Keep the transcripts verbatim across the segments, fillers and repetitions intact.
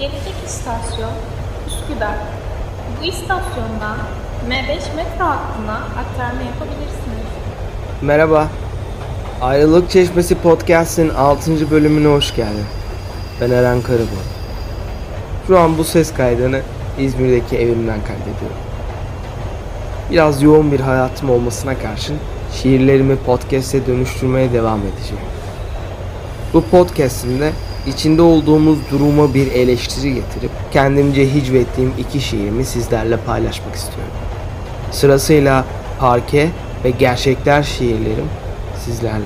Gelecek istasyon Üsküdar. Bu istasyondan M beş metro hattına aktarma yapabilirsiniz. Merhaba. Ayrılık Çeşmesi Podcast'in altıncı bölümüne hoş geldin. Ben Eren Karabul. Şu an bu ses kaydını İzmir'deki evimden kaydediyorum. Biraz yoğun bir hayatım olmasına karşın şiirlerimi podcast'e dönüştürmeye devam edeceğim. Bu podcast'imde içinde olduğumuz duruma bir eleştiri getirip kendimce hicvettiğim iki şiirimi sizlerle paylaşmak istiyorum. Sırasıyla Parke ve Gerçekler şiirlerim sizlerle.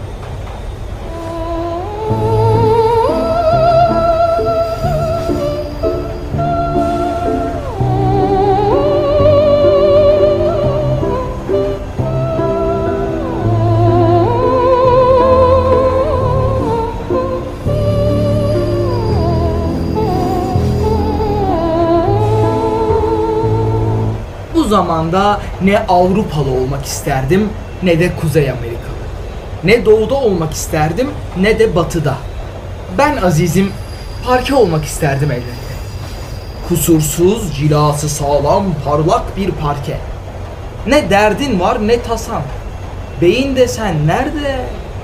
Bu zamanda ne Avrupalı olmak isterdim ne de Kuzey Amerikalı. Ne doğuda olmak isterdim ne de batıda. Ben azizim parke olmak isterdim elbette. Kusursuz, cilası sağlam, parlak bir parke. Ne derdin var ne tasan. Beyin desen nerede?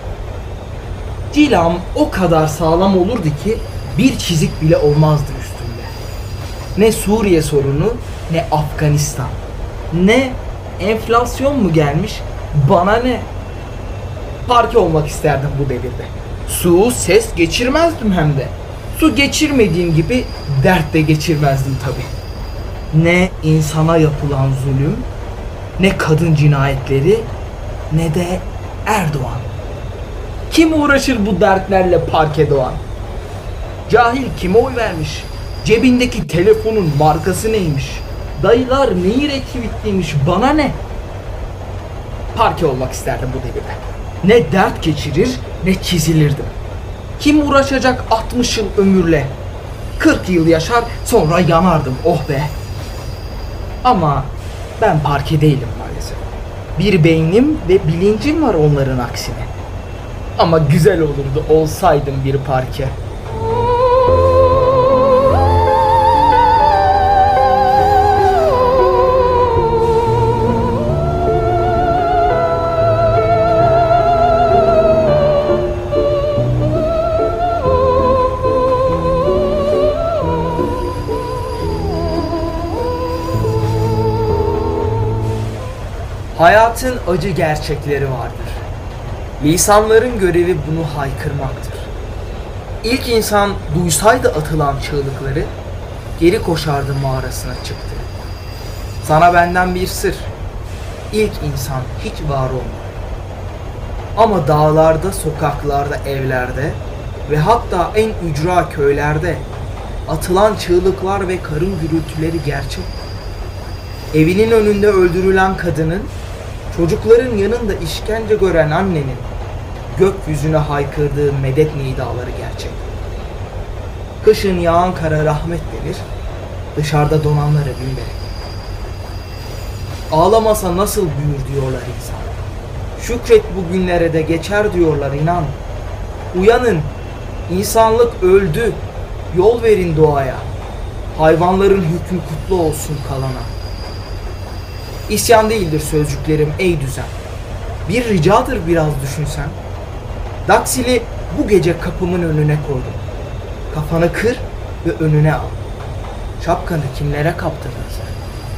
Cilam o kadar sağlam olurdu ki bir çizik bile olmazdı üstünde. Ne Suriye sorunu ne Afganistan. Ne enflasyon mu gelmiş bana ne? Parke olmak isterdim bu devirde. Su ses geçirmezdim hem de. Su geçirmediğim gibi dert de geçirmezdim tabi. Ne insana yapılan zulüm, ne kadın cinayetleri, ne de Erdoğan. Kim uğraşır bu dertlerle parke doğan? Cahil kime oy vermiş? Cebindeki telefonun markası neymiş? Dayılar neyi retweetliymiş bana ne? Parke olmak isterdim bu devirde. Ne dert geçirir ne çizilirdim. Kim uğraşacak altmış yıl ömürle? kırk yıl yaşar sonra yanardım oh be. Ama ben parke değilim maalesef. Bir beynim ve bilincim var onların aksine. Ama güzel olurdu olsaydım bir parke. Hayatın acı gerçekleri vardır. Lisanların görevi bunu haykırmaktır. İlk insan duysaydı atılan çığlıkları, geri koşardı mağarasına çıktı. Sana benden bir sır, İlk insan hiç var olmadı. Ama dağlarda, sokaklarda, evlerde ve hatta en ücra köylerde atılan çığlıklar ve karın gürültüleri gerçek. Evinin önünde öldürülen kadının, çocukların yanında işkence gören annenin gökyüzüne haykırdığı medet nidaları gerçek. Kışın yağan kara rahmet denir, dışarıda donanlara bin bereket. Ağlamasa nasıl büyür diyorlar insan. Şükret bugünlere de geçer diyorlar inan. Uyanın, insanlık öldü, yol verin doğaya. Hayvanların hükmü kutlu olsun kalana. İsyan değildir sözcüklerim ey düzen. Bir ricadır biraz düşünsen. Daksili bu gece kapımın önüne koydum. Kafanı kır ve önüne al. Şapkanı kimlere kaptırdın sen?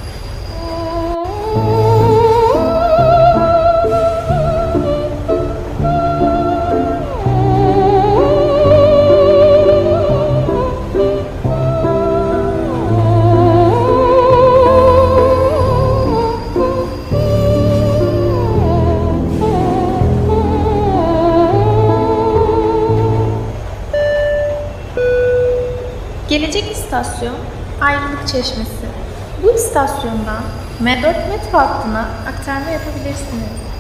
Gelecek istasyon Ayrılık Çeşmesi. Bu istasyondan M dört metro hattına aktarma yapabilirsiniz.